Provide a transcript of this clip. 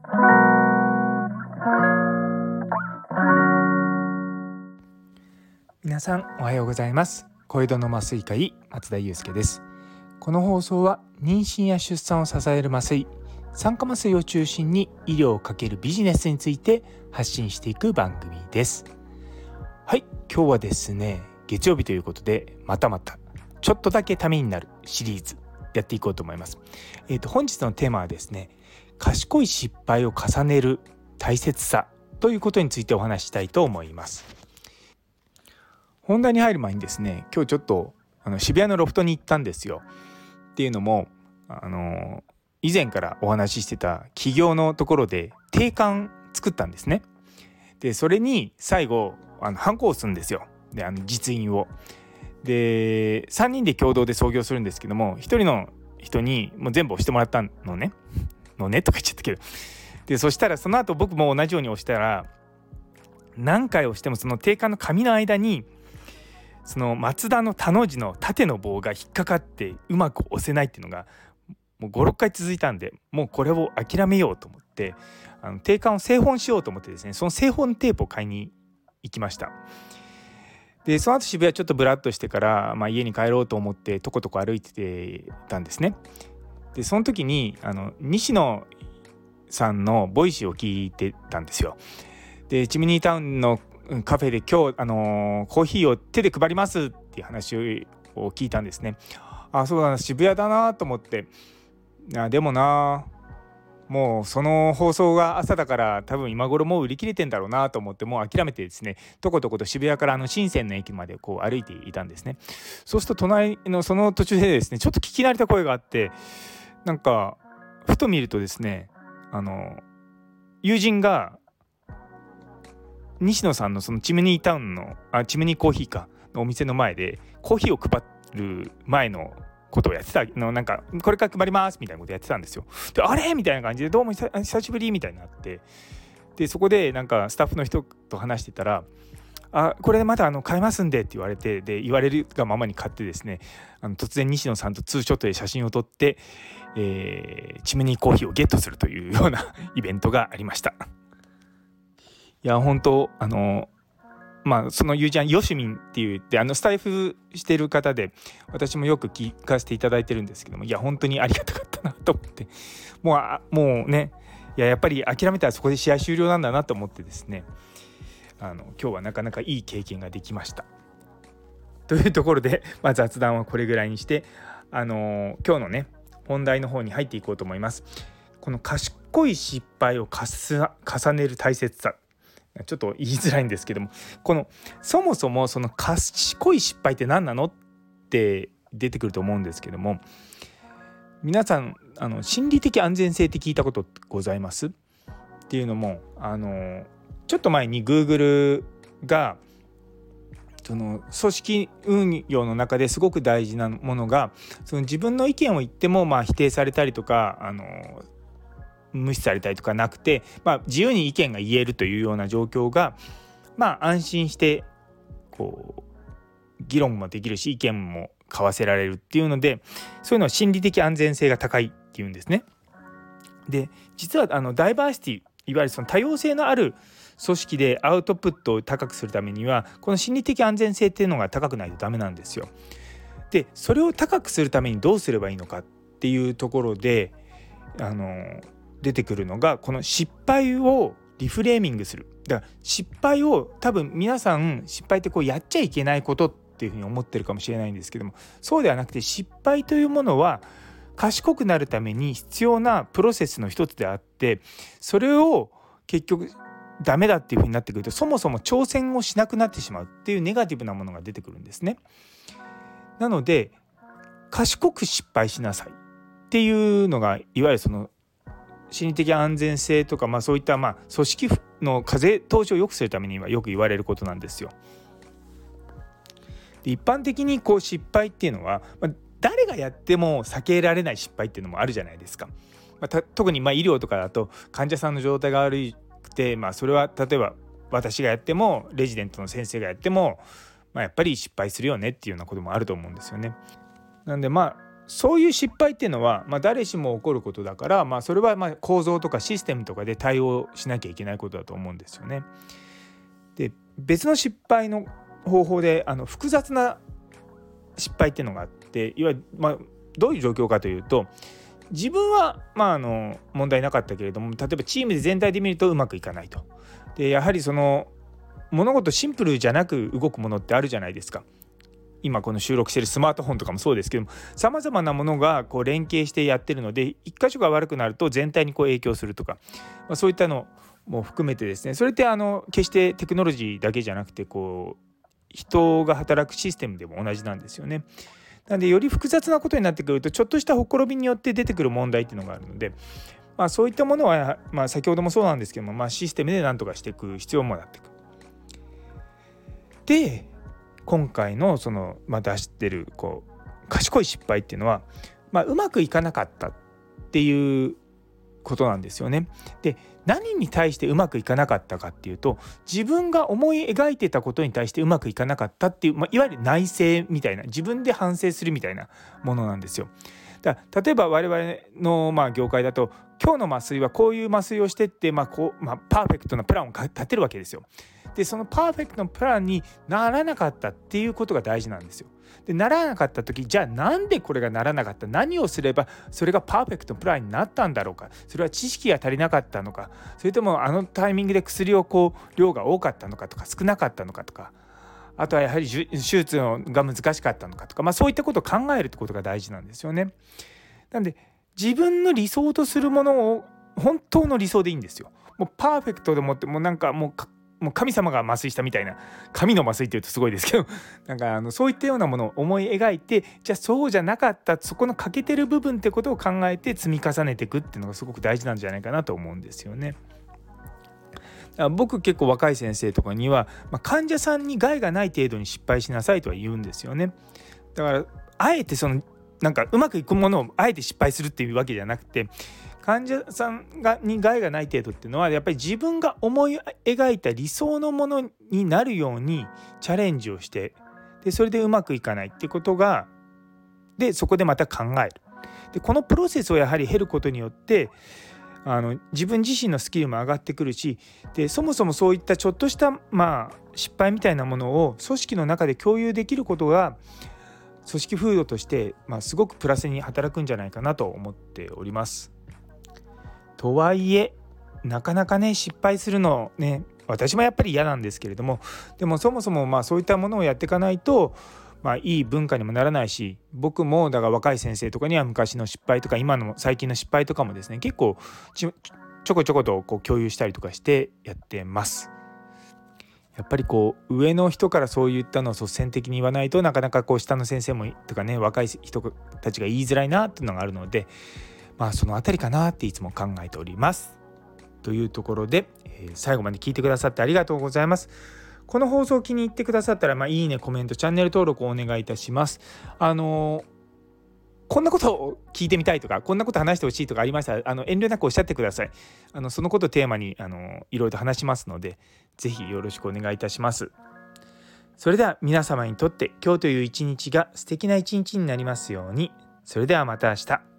皆さんおはようございます。小江戸の麻酔科医松田祐介です。この放送は妊娠や出産を支える麻酔、産科麻酔を中心に医療をかけるビジネスについて発信していく番組です。はい、今日はですね、月曜日ということでまたちょっとだけためになるシリーズやっていこうと思います。本日のテーマはですね、賢い失敗を重ねる大切さということについてお話ししたいと思います。本題に入る前にですね、今日ちょっと渋谷のロフトに行ったんですよ。っていうのも以前からお話ししてた企業のところで定款作ったんですね。でそれに最後ハンコを押すんですよ。で実印をで3人で共同で創業するんですけども、1人の人にもう全部押してもらったのねとか言っちゃったけど、でそしたらその後僕も同じように押したら、何回押してもその定款の紙の間にそのマツダの田の字の縦の棒が引っかかってうまく押せないっていうのがもう 5,6 回続いたんで、もうこれを諦めようと思って定款を製本しようと思ってですね、その製本テープを買いに行きました。でその後渋谷ちょっとブラッとしてから、家に帰ろうと思ってとことこ歩いてたんですね。でその時に西野さんのボイシーを聞いてたんですよ。でチミニータウンのカフェで今日コーヒーを手で配りますっていう話を聞いたんですね。そうだな、渋谷だなと思って、でもな、もうその放送が朝だから多分今頃もう売り切れてんだろうなと思って、もう諦めてですね、とことこと渋谷から深センの駅までこう歩いていたんですね。そうすると隣のその途中でですね、ちょっと聞き慣れた声があって、なんかふと見るとですね、友人が西野さんのそのチムニータウンのチムニーコーヒーかのお店の前でコーヒーを配る前のことをやってたの、なんかこれから配りますみたいなことやってたんですよ。であれみたいな感じで、どうも久しぶりみたいになって、でそこでなんかスタッフの人と話してたら、これまだ買えますんでって言われて、で言われるがままに買ってですね、突然西野さんとツーショットで写真を撮って、チムニーコーヒーをゲットするというようなイベントがありました。いや本当その友人はヨシミンって言ってスタイフしてる方で、私もよく聞かせていただいてるんですけども、いや本当にありがたかったなと思って、もうね、やっぱり諦めたらそこで試合終了なんだなと思ってですね、今日はなかなかいい経験ができましたというところで、雑談はこれぐらいにして、今日のね本題の方に入っていこうと思います。この賢い失敗を重ねる大切さ、ちょっと言いづらいんですけども、そもそもその賢い失敗って何なのって出てくると思うんですけども、皆さん心理的安全性って聞いたことございます？っていうのもちょっと前に Google がその組織運用の中ですごく大事なものが、その自分の意見を言っても否定されたりとか無視されたりとかなくて、自由に意見が言えるというような状況が、安心してこう議論もできるし意見も交わせられるっていうので、そういうのは心理的安全性が高いっていうんですね。で実はダイバーシティ、いわゆるその多様性のある組織でアウトプットを高くするためには、この心理的安全性っていうのが高くないとダメなんですよ。でそれを高くするためにどうすればいいのかっていうところで出てくるのが、この失敗をリフレーミングする。だから失敗を、多分皆さん失敗ってやっちゃいけないことっていうふうに思ってるかもしれないんですけども、そうではなくて、失敗というものは賢くなるために必要なプロセスの一つであって、それを結局ダメだっていうふうになってくると、そもそも挑戦をしなくなってしまうっていうネガティブなものが出てくるんですね。なので賢く失敗しなさいっていうのが、いわゆるその心理的安全性とか、そういった組織の風通しを良くするためにはよく言われることなんですよ。で一般的に失敗っていうのは、誰がやっても避けられない失敗っていうのもあるじゃないですか。特に医療とかだと患者さんの状態が悪くて、それは例えば私がやってもレジデントの先生がやっても、やっぱり失敗するよねっていうようなこともあると思うんですよね。なんでそういう失敗っていうのは、誰しも起こることだから、それは構造とかシステムとかで対応しなきゃいけないことだと思うんですよね。で、別の失敗の方法で複雑な失敗っていうのがあって、いわゆる、どういう状況かというと、自分は、問題なかったけれども、例えばチームで全体で見るとうまくいかないと。でやはりその物事シンプルじゃなく動くものってあるじゃないですか。今この収録しているスマートフォンとかもそうですけども、さまざまなものが連携してやってるので、一箇所が悪くなると全体に影響するとか、そういったのも含めてですね、それって決してテクノロジーだけじゃなくて人が働くシステムでも同じなんですよね。なのでより複雑なことになってくると、ちょっとしたほころびによって出てくる問題っていうのがあるので、そういったものは、先ほどもそうなんですけども、システムで何とかしていく必要もなってくる。で今回の出してる賢い失敗っていうのは、うまくいかなかったっていうことなんですよね。で何に対してうまくいかなかったかっていうと、自分が思い描いてたことに対してうまくいかなかったっていう、いわゆる内省みたいな、自分で反省するみたいなものなんですよ。例えば我々の業界だと、今日の麻酔はこういう麻酔をしてって、パーフェクトなプランを立てるわけですよ。でそのパーフェクトなプランにならなかったっていうことが大事なんですよ。でならなかった時、じゃあなんでこれがならなかった、何をすればそれがパーフェクトなプランになったんだろうか、それは知識が足りなかったのか、それともタイミングで薬を量が多かったのかとか少なかったのかとか、あとはやはり手術が難しかったのかとか、そういったことを考えるってことが大事なんですよね。なんで自分の理想とするものを本当の理想でいいんですよ。もうパーフェクトでもってもう神様が麻酔したみたいな、神の麻酔っていうとすごいですけどそういったようなものを思い描いて、じゃあそうじゃなかったそこの欠けてる部分ってことを考えて積み重ねていくっていうのがすごく大事なんじゃないかなと思うんですよね。僕結構若い先生とかには、患者さんに害がない程度に失敗しなさいとは言うんですよね。だからあえてうまくいくものをあえて失敗するっていうわけじゃなくて、患者さんに害がない程度っていうのは、やっぱり自分が思い描いた理想のものになるようにチャレンジをして、でそれでうまくいかないっていうことがでそこでまた考える。でこのプロセスをやはり経ることによって自分自身のスキルも上がってくるし、でそもそもそういったちょっとした失敗みたいなものを組織の中で共有できることが組織風土としてすごくプラスに働くんじゃないかなと思っております。とはいえなかなかね、失敗するのね、私もやっぱり嫌なんですけれども、でもそもそもそういったものをやっていかないといい文化にもならないし、僕もだから若い先生とかには昔の失敗とか今の最近の失敗とかもですね、結構ちょこちょこと共有したりとかしてやってます。やっぱり上の人からそういったのを率先的に言わないと、なかなか下の先生もとかね、若い人たちが言いづらいなっていうのがあるので、そのあたりかなっていつも考えております。というところで、最後まで聞いてくださってありがとうございます。この放送を気に入ってくださったら、いいね、コメント、チャンネル登録をお願いいたします。こんなことを聞いてみたいとか、こんなこと話してほしいとかありましたら、遠慮なくおっしゃってください。そのことをテーマにいろいろと話しますので、ぜひよろしくお願いいたします。それでは皆様にとって今日という一日が素敵な一日になりますように。それではまた明日。